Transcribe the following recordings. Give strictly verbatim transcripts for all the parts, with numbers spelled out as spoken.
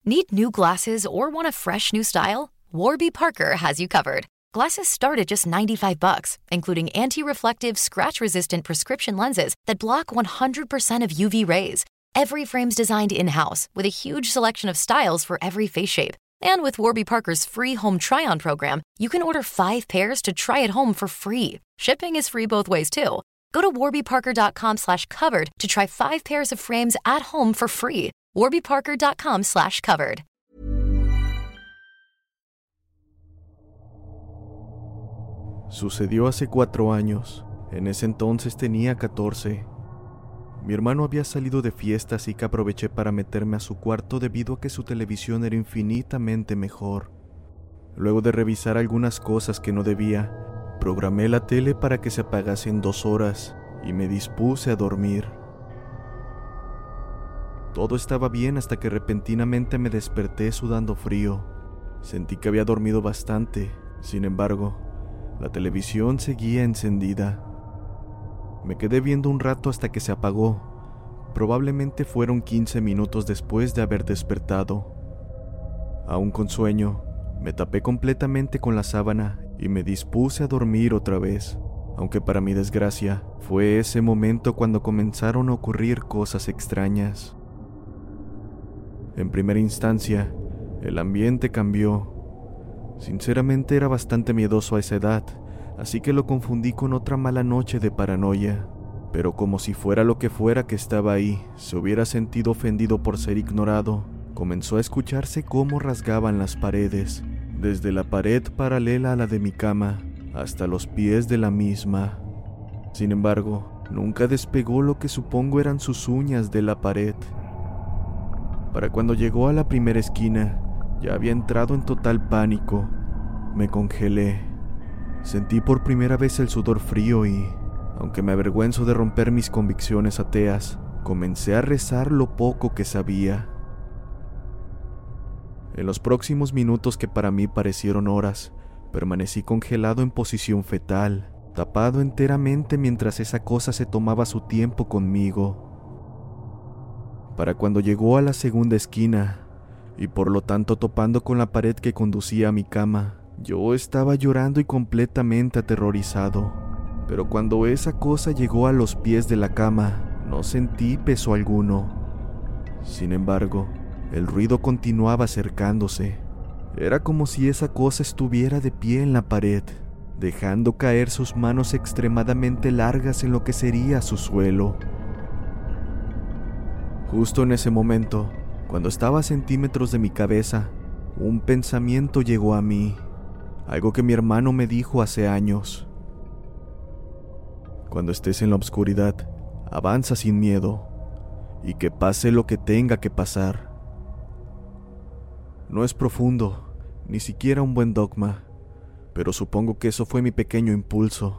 Need new glasses or want a fresh new style? Warby Parker has you covered. Glasses start at just ninety-five bucks, including anti-reflective, scratch-resistant prescription lenses that block one hundred percent of U V rays. Every frame's designed in-house with a huge selection of styles for every face shape. And with Warby Parker's free home try-on program, you can order five pairs to try at home for free. Shipping is free both ways, too. Go to warbyparker.com slash covered to try five pairs of frames at home for free. warbyparker.com slash covered. Sucedió hace cuatro años. En ese entonces tenía catorce. Mi hermano había salido de fiesta, así que aproveché para meterme a su cuarto debido a que su televisión era infinitamente mejor. Luego de revisar algunas cosas que no debía, programé la tele para que se apagase en dos horas y me dispuse a dormir. Todo estaba bien hasta que repentinamente me desperté sudando frío. Sentí que había dormido bastante, sin embargo, la televisión seguía encendida. Me quedé viendo un rato hasta que se apagó. Probablemente fueron quince minutos después de haber despertado. Aún con sueño, me tapé completamente con la sábana y me dispuse a dormir otra vez, aunque para mi desgracia, fue ese momento cuando comenzaron a ocurrir cosas extrañas. En primera instancia, el ambiente cambió. Sinceramente era bastante miedoso a esa edad, así que lo confundí con otra mala noche de paranoia, pero como si fuera lo que fuera que estaba ahí, se hubiera sentido ofendido por ser ignorado, comenzó a escucharse cómo rasgaban las paredes, desde la pared paralela a la de mi cama hasta los pies de la misma. Sin embargo, nunca despegó lo que supongo eran sus uñas de la pared. Para cuando llegó a la primera esquina, ya había entrado en total pánico. Me congelé. Sentí por primera vez el sudor frío y, aunque me avergüenzo de romper mis convicciones ateas, comencé a rezar lo poco que sabía. En los próximos minutos, que para mí parecieron horas, permanecí congelado en posición fetal, tapado enteramente mientras esa cosa se tomaba su tiempo conmigo. Para cuando llegó a la segunda esquina, y por lo tanto topando con la pared que conducía a mi cama, yo estaba llorando y completamente aterrorizado. Pero cuando esa cosa llegó a los pies de la cama, no sentí peso alguno. Sin embargo, el ruido continuaba acercándose. Era como si esa cosa estuviera de pie en la pared, dejando caer sus manos extremadamente largas en lo que sería su suelo. Justo en ese momento, cuando estaba a centímetros de mi cabeza, un pensamiento llegó a mí, algo que mi hermano me dijo hace años. Cuando estés en la oscuridad, avanza sin miedo, y que pase lo que tenga que pasar. No es profundo, ni siquiera un buen dogma, pero supongo que eso fue mi pequeño impulso.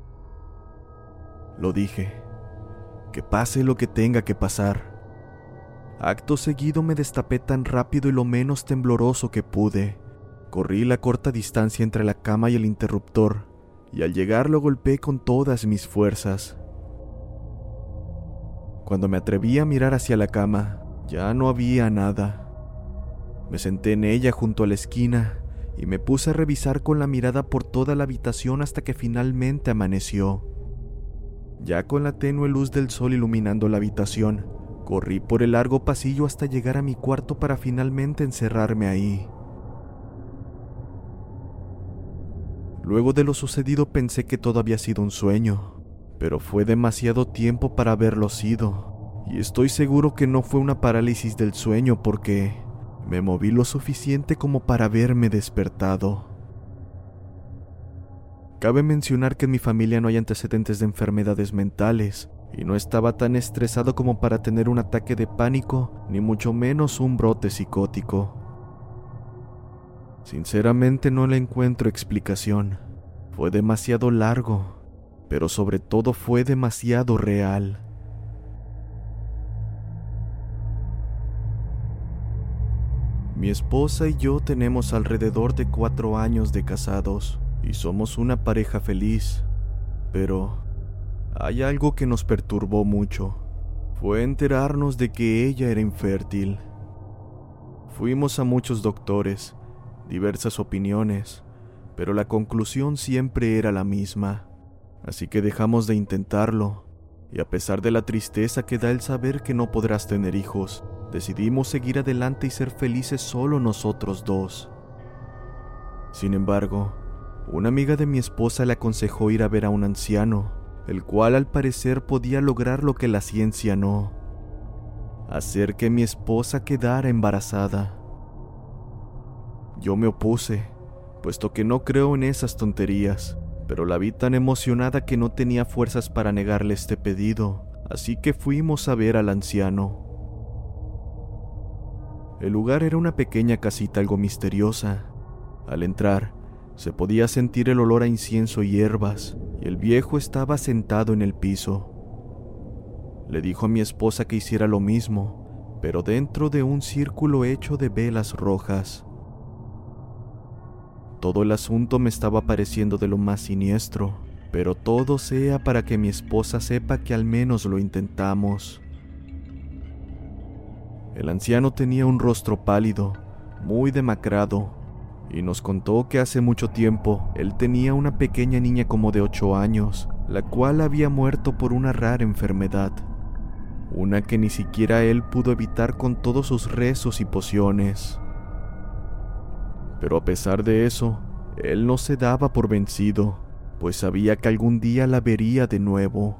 Lo dije, que pase lo que tenga que pasar. Acto seguido me destapé tan rápido y lo menos tembloroso que pude. Corrí la corta distancia entre la cama y el interruptor, y al llegar lo golpeé con todas mis fuerzas. Cuando me atreví a mirar hacia la cama, ya no había nada. Me senté en ella junto a la esquina y me puse a revisar con la mirada por toda la habitación hasta que finalmente amaneció. Ya con la tenue luz del sol iluminando la habitación, corrí por el largo pasillo hasta llegar a mi cuarto para finalmente encerrarme ahí. Luego de lo sucedido pensé que todo había sido un sueño, pero fue demasiado tiempo para haberlo sido, y estoy seguro que no fue una parálisis del sueño porque me moví lo suficiente como para haberme despertado. Cabe mencionar que en mi familia no hay antecedentes de enfermedades mentales, y no estaba tan estresado como para tener un ataque de pánico, ni mucho menos un brote psicótico. Sinceramente no le encuentro explicación. Fue demasiado largo, pero sobre todo fue demasiado real. Mi esposa y yo tenemos alrededor de cuatro años de casados, y somos una pareja feliz, pero hay algo que nos perturbó mucho. Fue enterarnos de que ella era infértil. Fuimos a muchos doctores, diversas opiniones, pero la conclusión siempre era la misma. Así que dejamos de intentarlo, y a pesar de la tristeza que da el saber que no podrás tener hijos, decidimos seguir adelante y ser felices solo nosotros dos. Sin embargo, una amiga de mi esposa le aconsejó ir a ver a un anciano, el cual al parecer podía lograr lo que la ciencia no: hacer que mi esposa quedara embarazada. Yo me opuse, puesto que no creo en esas tonterías, pero la vi tan emocionada que no tenía fuerzas para negarle este pedido, así que fuimos a ver al anciano. El lugar era una pequeña casita algo misteriosa. Al entrar, se podía sentir el olor a incienso y hierbas, y el viejo estaba sentado en el piso. Le dijo a mi esposa que hiciera lo mismo, pero dentro de un círculo hecho de velas rojas. Todo el asunto me estaba pareciendo de lo más siniestro, pero todo sea para que mi esposa sepa que al menos lo intentamos. El anciano tenía un rostro pálido, muy demacrado, y nos contó que hace mucho tiempo él tenía una pequeña niña como de ocho años, la cual había muerto por una rara enfermedad, una que ni siquiera él pudo evitar con todos sus rezos y pociones. Pero a pesar de eso, él no se daba por vencido, pues sabía que algún día la vería de nuevo.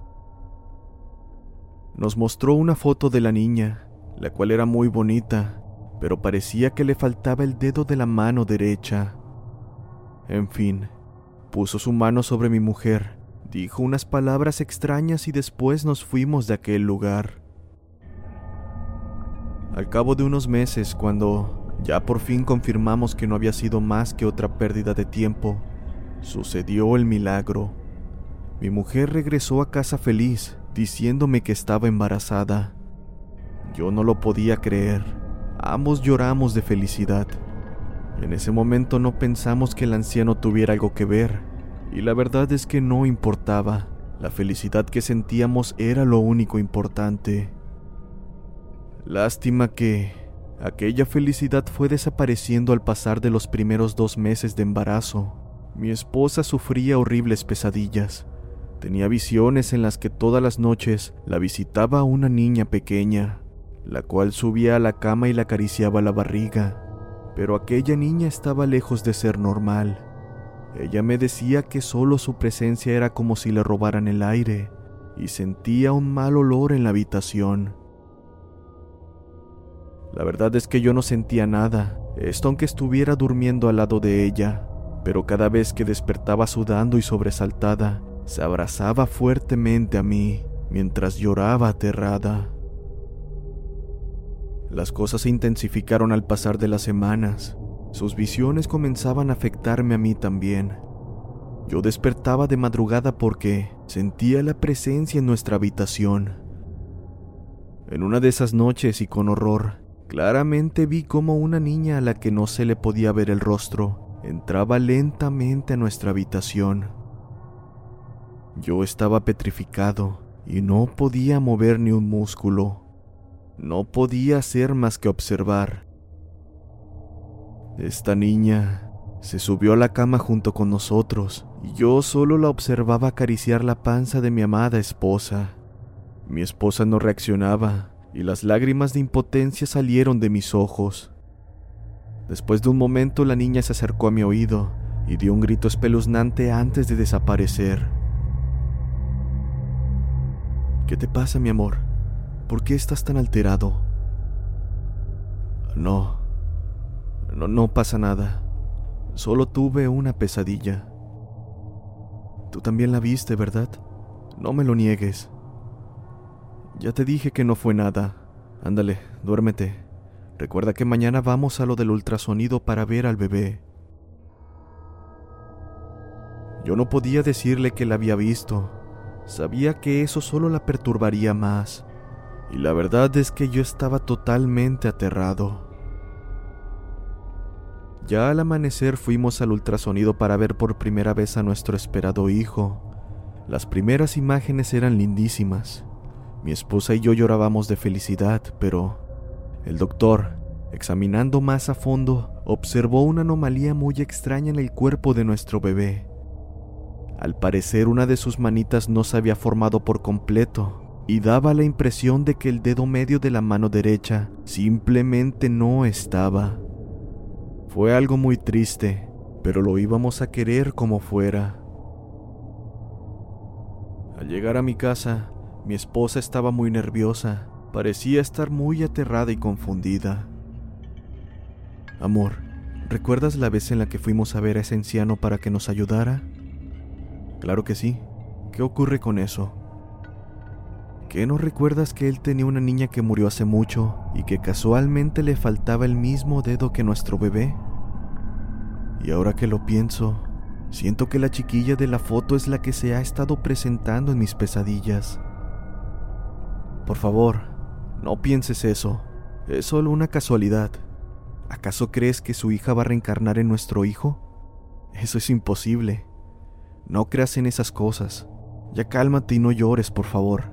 Nos mostró una foto de la niña, la cual era muy bonita, pero parecía que le faltaba el dedo de la mano derecha. En fin, puso su mano sobre mi mujer, dijo unas palabras extrañas y después nos fuimos de aquel lugar. Al cabo de unos meses, cuando ya por fin confirmamos que no había sido más que otra pérdida de tiempo, sucedió el milagro. Mi mujer regresó a casa feliz, diciéndome que estaba embarazada. Yo no lo podía creer. Ambos lloramos de felicidad. En ese momento no pensamos que el anciano tuviera algo que ver, y la verdad es que no importaba. La felicidad que sentíamos era lo único importante. Lástima que aquella felicidad fue desapareciendo al pasar de los primeros dos meses de embarazo. Mi esposa sufría horribles pesadillas. Tenía visiones en las que todas las noches la visitaba una niña pequeña, la cual subía a la cama y le acariciaba la barriga, pero aquella niña estaba lejos de ser normal. Ella me decía que solo su presencia era como si le robaran el aire, y sentía un mal olor en la habitación. La verdad es que yo no sentía nada, esto aunque estuviera durmiendo al lado de ella, pero cada vez que despertaba sudando y sobresaltada, se abrazaba fuertemente a mí, mientras lloraba aterrada. Las cosas se intensificaron al pasar de las semanas. Sus visiones comenzaban a afectarme a mí también. Yo despertaba de madrugada porque sentía la presencia en nuestra habitación. En una de esas noches y con horror, claramente vi cómo una niña a la que no se le podía ver el rostro entraba lentamente a nuestra habitación. Yo estaba petrificado y no podía mover ni un músculo. No podía hacer más que observar. Esta niña se subió a la cama junto con nosotros y yo solo la observaba acariciar la panza de mi amada esposa. Mi esposa no reaccionaba y las lágrimas de impotencia salieron de mis ojos. Después de un momento la niña se acercó a mi oído y dio un grito espeluznante antes de desaparecer. ¿Qué te pasa, mi amor? ¿Por qué estás tan alterado? No, no, no pasa nada. Solo tuve una pesadilla. Tú también la viste, ¿verdad? No me lo niegues. Ya te dije que no fue nada. Ándale, duérmete. Recuerda que mañana vamos a lo del ultrasonido para ver al bebé. Yo no podía decirle que la había visto. Sabía que eso solo la perturbaría más. Y la verdad es que yo estaba totalmente aterrado. Ya al amanecer fuimos al ultrasonido para ver por primera vez a nuestro esperado hijo. Las primeras imágenes eran lindísimas. Mi esposa y yo llorábamos de felicidad, pero el doctor, Examinando más a fondo, observó una anomalía muy extraña en el cuerpo de nuestro bebé. Al parecer, una de sus manitas no se había formado por completo y daba la impresión de que el dedo medio de la mano derecha simplemente no estaba. Fue algo muy triste, pero lo íbamos a querer como fuera. Al llegar a mi casa, mi esposa estaba muy nerviosa. Parecía estar muy aterrada y confundida. Amor, ¿recuerdas la vez en la que fuimos a ver a ese anciano para que nos ayudara? Claro que sí. ¿Qué ocurre con eso? ¿Qué no recuerdas que él tenía una niña que murió hace mucho y que casualmente le faltaba el mismo dedo que nuestro bebé? Y ahora que lo pienso, siento que la chiquilla de la foto es la que se ha estado presentando en mis pesadillas. Por favor, no pienses eso. Es solo una casualidad. ¿Acaso crees que su hija va a reencarnar en nuestro hijo? Eso es imposible. No creas en esas cosas. Ya cálmate y no llores, por favor.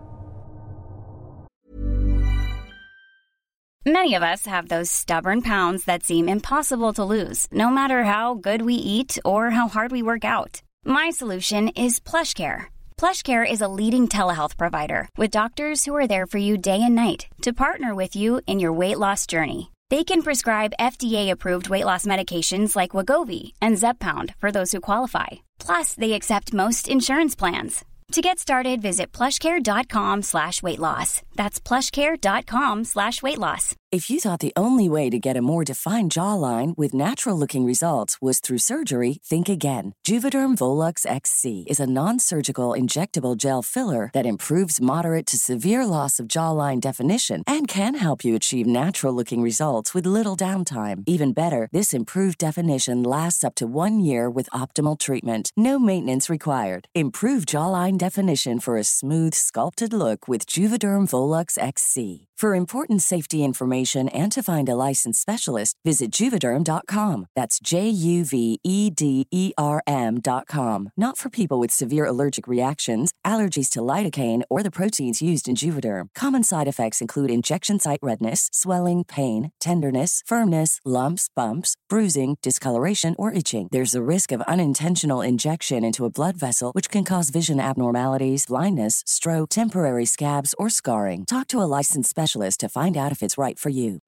Many of us have those stubborn pounds that seem impossible to lose, no matter how good we eat or how hard we work out. My solution is PlushCare. PlushCare is a leading telehealth provider with doctors who are there for you day and night to partner with you in your weight loss journey. They can prescribe F D A-approved weight loss medications like Wegovy and Zepbound for those who qualify. Plus, they accept most insurance plans. To get started, visit plushcare.com slash weight loss. That's plushcare.com slash weight loss. If you thought the only way to get a more defined jawline with natural-looking results was through surgery, think again. Juvederm Volux X C is a non-surgical injectable gel filler that improves moderate to severe loss of jawline definition and can help you achieve natural-looking results with little downtime. Even better, this improved definition lasts up to one year with optimal treatment. No maintenance required. Improve jawline definition for a smooth, sculpted look with Juvederm Volux X C. For important safety information and to find a licensed specialist, visit Juvederm dot com. That's J U V E D E R M dot com. Not for people with severe allergic reactions, allergies to lidocaine, or the proteins used in Juvederm. Common side effects include injection site redness, swelling, pain, tenderness, firmness, lumps, bumps, bruising, discoloration, or itching. There's a risk of unintentional injection into a blood vessel, which can cause vision abnormalities, blindness, stroke, temporary scabs, or scarring. Talk to a licensed specialist to find out if it's right for you.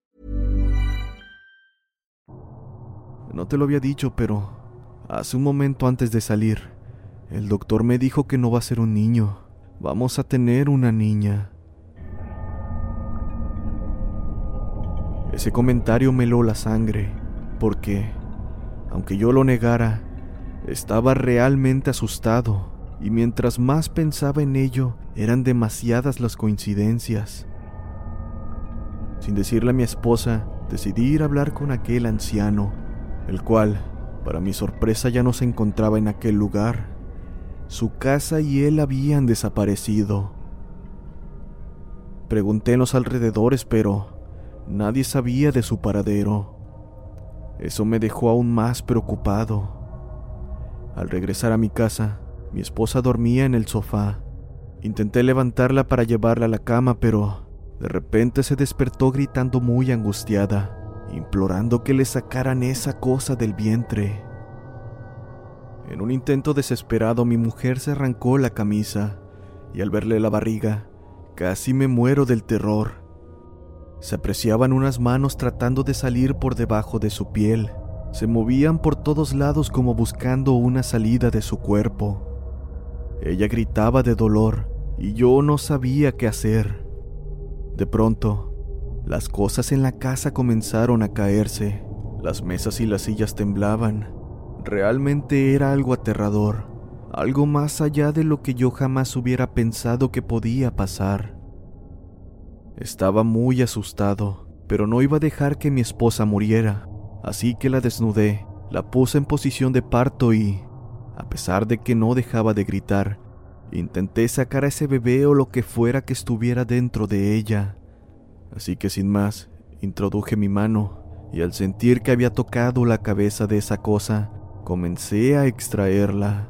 No te lo había dicho, pero hace un momento antes de salir, el doctor me dijo que no va a ser un niño. Vamos a tener una niña. Ese comentario me heló la sangre, porque, aunque yo lo negara, estaba realmente asustado, y mientras más pensaba en ello, eran demasiadas las coincidencias. Sin decirle a mi esposa, decidí ir a hablar con aquel anciano, el cual, para mi sorpresa, ya no se encontraba en aquel lugar. Su casa y él habían desaparecido. Pregunté en los alrededores, pero nadie sabía de su paradero. Eso me dejó aún más preocupado. Al regresar a mi casa, mi esposa dormía en el sofá. Intenté levantarla para llevarla a la cama, pero de repente se despertó gritando muy angustiada, implorando que le sacaran esa cosa del vientre. En un intento desesperado, mi mujer se arrancó la camisa, y al verle la barriga, casi me muero del terror. Se apreciaban unas manos tratando de salir por debajo de su piel. Se movían por todos lados como buscando una salida de su cuerpo. Ella gritaba de dolor, y yo no sabía qué hacer. De pronto, las cosas en la casa comenzaron a caerse. Las mesas y las sillas temblaban. Realmente era algo aterrador, algo más allá de lo que yo jamás hubiera pensado que podía pasar. Estaba muy asustado, pero no iba a dejar que mi esposa muriera, así que la desnudé, la puse en posición de parto y, a pesar de que no dejaba de gritar, intenté sacar a ese bebé o lo que fuera que estuviera dentro de ella. Así que sin más, introduje mi mano y al sentir que había tocado la cabeza de esa cosa, comencé a extraerla.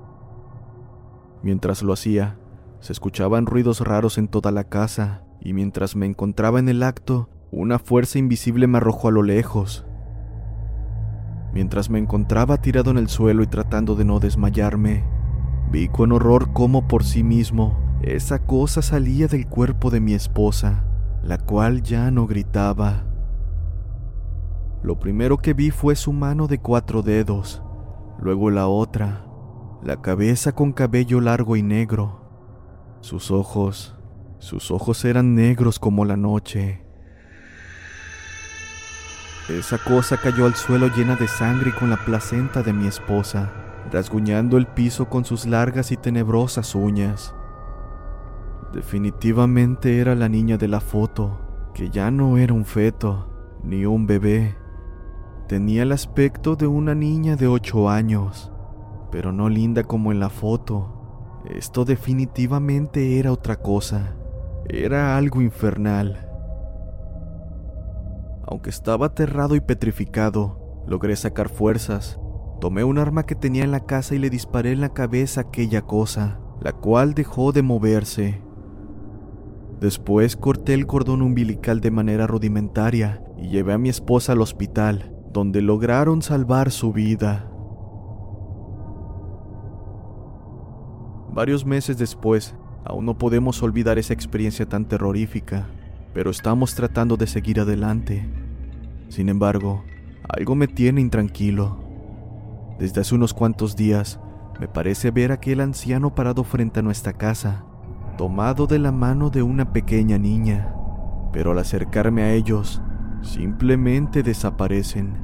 Mientras lo hacía, se escuchaban ruidos raros en toda la casa y mientras me encontraba en el acto, una fuerza invisible me arrojó a lo lejos. Mientras me encontraba tirado en el suelo y tratando de no desmayarme, vi con horror cómo por sí mismo esa cosa salía del cuerpo de mi esposa, la cual ya no gritaba. Lo primero que vi fue su mano de cuatro dedos, luego la otra, la cabeza con cabello largo y negro. Sus ojos, sus ojos eran negros como la noche. Esa cosa cayó al suelo llena de sangre y con la placenta de mi esposa, rasguñando el piso con sus largas y tenebrosas uñas. Definitivamente era la niña de la foto, que ya no era un feto, ni un bebé. Tenía el aspecto de una niña de ocho años, pero no linda como en la foto. Esto definitivamente era otra cosa, era algo infernal. Aunque estaba aterrado y petrificado, logré sacar fuerzas. Tomé un arma que tenía en la casa y le disparé en la cabeza a aquella cosa, la cual dejó de moverse. Después corté el cordón umbilical de manera rudimentaria y llevé a mi esposa al hospital, donde lograron salvar su vida. Varios meses después, aún no podemos olvidar esa experiencia tan terrorífica, pero estamos tratando de seguir adelante. Sin embargo, algo me tiene intranquilo. Desde hace unos cuantos días, me parece ver a aquel anciano parado frente a nuestra casa, tomado de la mano de una pequeña niña, pero al acercarme a ellos, simplemente desaparecen.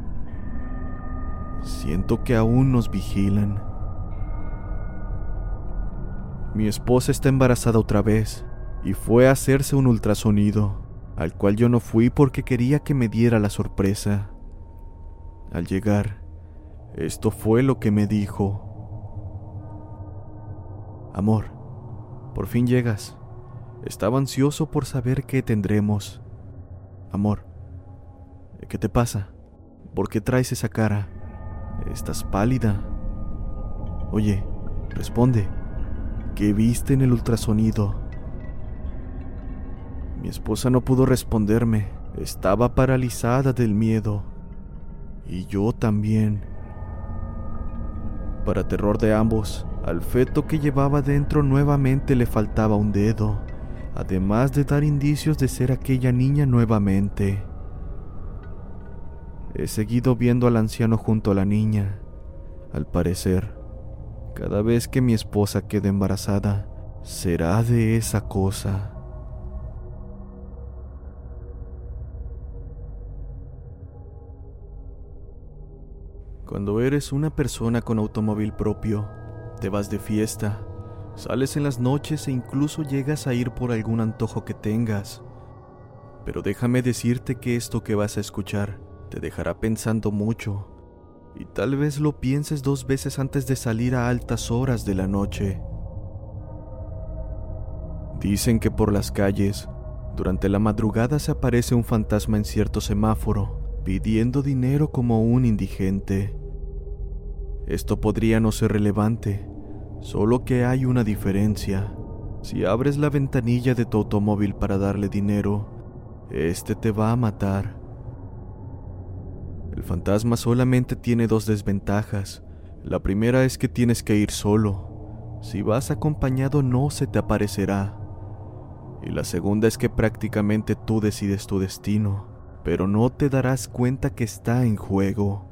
Siento que aún nos vigilan. Mi esposa está embarazada otra vez y fue a hacerse un ultrasonido, al cual yo no fui porque quería que me diera la sorpresa. Al llegar, esto fue lo que me dijo: Amor, por fin llegas. Estaba ansioso por saber qué tendremos. Amor, ¿qué te pasa? ¿Por qué traes esa cara? Estás pálida. Oye, responde. ¿Qué viste en el ultrasonido? Mi esposa no pudo responderme. Estaba paralizada del miedo. Y yo también. Para terror de ambos, al feto que llevaba dentro nuevamente le faltaba un dedo, además de dar indicios de ser aquella niña nuevamente. He seguido viendo al anciano junto a la niña. Al parecer, cada vez que mi esposa quede embarazada, será de esa cosa. Cuando eres una persona con automóvil propio, te vas de fiesta, sales en las noches e incluso llegas a ir por algún antojo que tengas. Pero déjame decirte que esto que vas a escuchar te dejará pensando mucho, y tal vez lo pienses dos veces antes de salir a altas horas de la noche. Dicen que por las calles, durante la madrugada se aparece un fantasma en cierto semáforo, pidiendo dinero como un indigente. Esto podría no ser relevante, solo que hay una diferencia. Si abres la ventanilla de tu automóvil para darle dinero, este te va a matar. El fantasma solamente tiene dos desventajas. La primera es que tienes que ir solo. Si vas acompañado no se te aparecerá. Y la segunda es que prácticamente tú decides tu destino, pero no te darás cuenta que está en juego.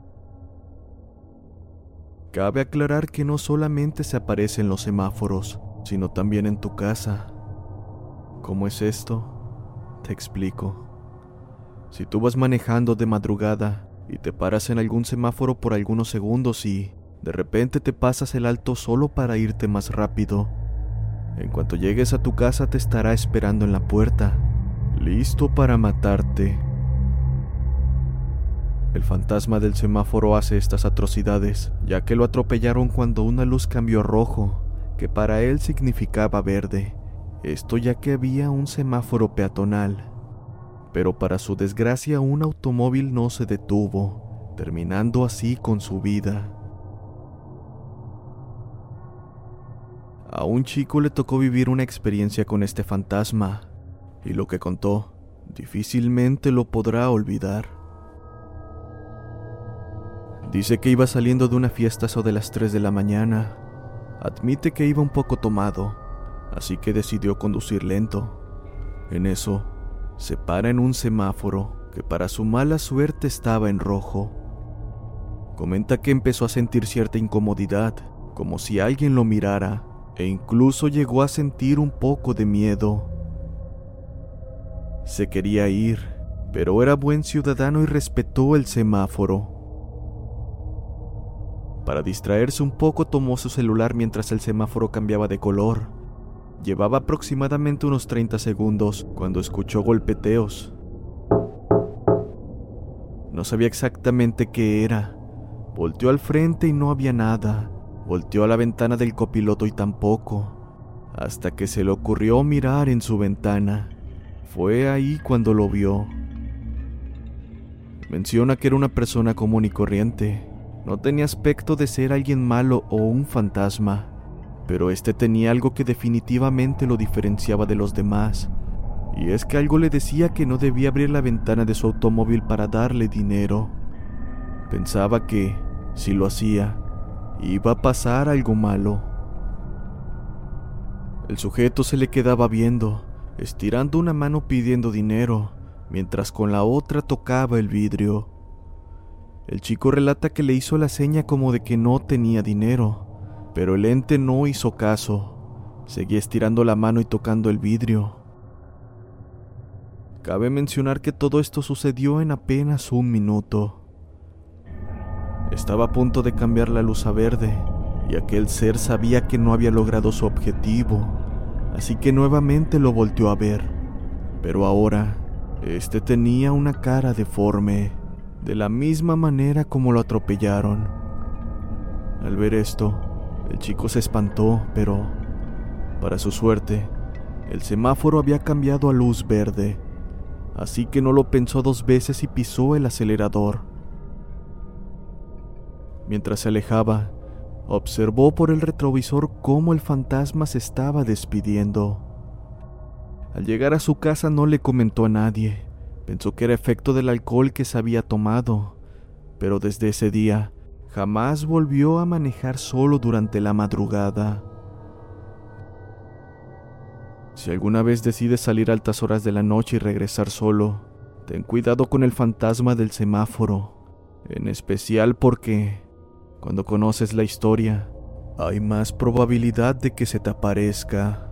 Cabe aclarar que no solamente se aparece en los semáforos, sino también en tu casa. ¿Cómo es esto? Te explico. Si tú vas manejando de madrugada y te paras en algún semáforo por algunos segundos y de repente te pasas el alto solo para irte más rápido, en cuanto llegues a tu casa te estará esperando en la puerta, listo para matarte. El fantasma del semáforo hace estas atrocidades, ya que lo atropellaron cuando una luz cambió a rojo, que para él significaba verde. Esto ya que había un semáforo peatonal. Pero para su desgracia un automóvil no se detuvo, terminando así con su vida. A un chico le tocó vivir una experiencia con este fantasma, y lo que contó difícilmente lo podrá olvidar. Dice que iba saliendo de una fiesta a eso de las tres de la mañana. Admite que iba un poco tomado, así que decidió conducir lento. En eso, se para en un semáforo que para su mala suerte estaba en rojo. Comenta que empezó a sentir cierta incomodidad, como si alguien lo mirara, e incluso llegó a sentir un poco de miedo. Se quería ir, pero era buen ciudadano y respetó el semáforo. Para distraerse un poco tomó su celular mientras el semáforo cambiaba de color. Llevaba aproximadamente unos treinta segundos cuando escuchó golpeteos. No sabía exactamente qué era. Volteó al frente y no había nada. Volteó a la ventana del copiloto y tampoco, hasta que se le ocurrió mirar en su ventana. Fue ahí cuando lo vio. Menciona que era una persona común y corriente. No tenía aspecto de ser alguien malo o un fantasma, pero este tenía algo que definitivamente lo diferenciaba de los demás, y es que algo le decía que no debía abrir la ventana de su automóvil para darle dinero. Pensaba que, si lo hacía, iba a pasar algo malo. El sujeto se le quedaba viendo, estirando una mano pidiendo dinero, mientras con la otra tocaba el vidrio. El chico relata que le hizo la seña como de que no tenía dinero, pero el ente no hizo caso. Seguía estirando la mano y tocando el vidrio. Cabe mencionar que todo esto sucedió en apenas un minuto. Estaba a punto de cambiar la luz a verde, y aquel ser sabía que no había logrado su objetivo, así que nuevamente lo volteó a ver. Pero ahora, este tenía una cara deforme, de la misma manera como lo atropellaron. Al ver esto, el chico se espantó, pero, para su suerte, el semáforo había cambiado a luz verde, así que no lo pensó dos veces y pisó el acelerador. Mientras se alejaba, observó por el retrovisor cómo el fantasma se estaba despidiendo. Al llegar a su casa no le comentó a nadie. Pensó que era efecto del alcohol que se había tomado, pero desde ese día jamás volvió a manejar solo durante la madrugada. Si alguna vez decides salir a altas horas de la noche y regresar solo, ten cuidado con el fantasma del semáforo, en especial porque, cuando conoces la historia, hay más probabilidad de que se te aparezca.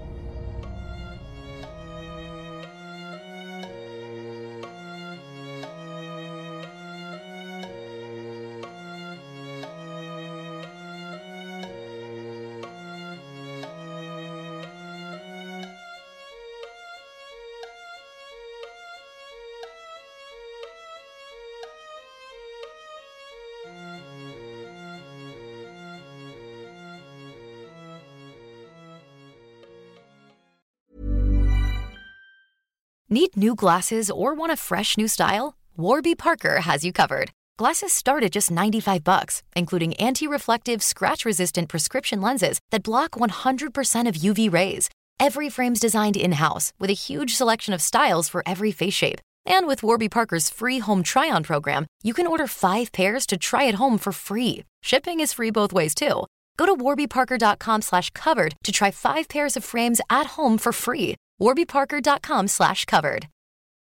Need new glasses or want a fresh new style? Warby Parker has you covered. Glasses start at just ninety-five bucks, including anti-reflective, scratch-resistant prescription lenses that block one hundred percent of U V rays. Every frame's designed in-house with a huge selection of styles for every face shape. And with Warby Parker's free home try-on program, you can order five pairs to try at home for free. Shipping is free both ways, too. Go to warbyparker.com slash covered to try five pairs of frames at home for free. warbyparker.com slash covered.